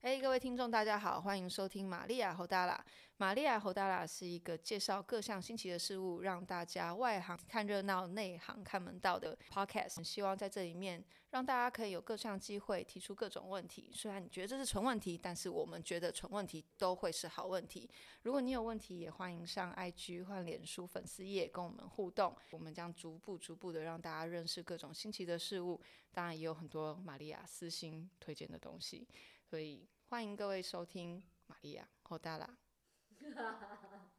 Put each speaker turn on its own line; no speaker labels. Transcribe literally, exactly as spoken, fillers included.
嘿、hey, 各位听众大家好，欢迎收听玛利亚侯大拉。玛利亚侯大拉是一个介绍各项新奇的事物，让大家外行看热闹，内行看门道的 podcast。希望在这里面让大家可以有各项机会提出各种问题，虽然你觉得这是蠢问题，但是我们觉得蠢问题都会是好问题。如果你有问题，也欢迎上 I G 或脸书粉丝页跟我们互动，我们将逐步逐步的让大家认识各种新奇的事物，当然也有很多玛利亚私心推荐的东西，所以欢迎各位收听玛利亚侯大拉。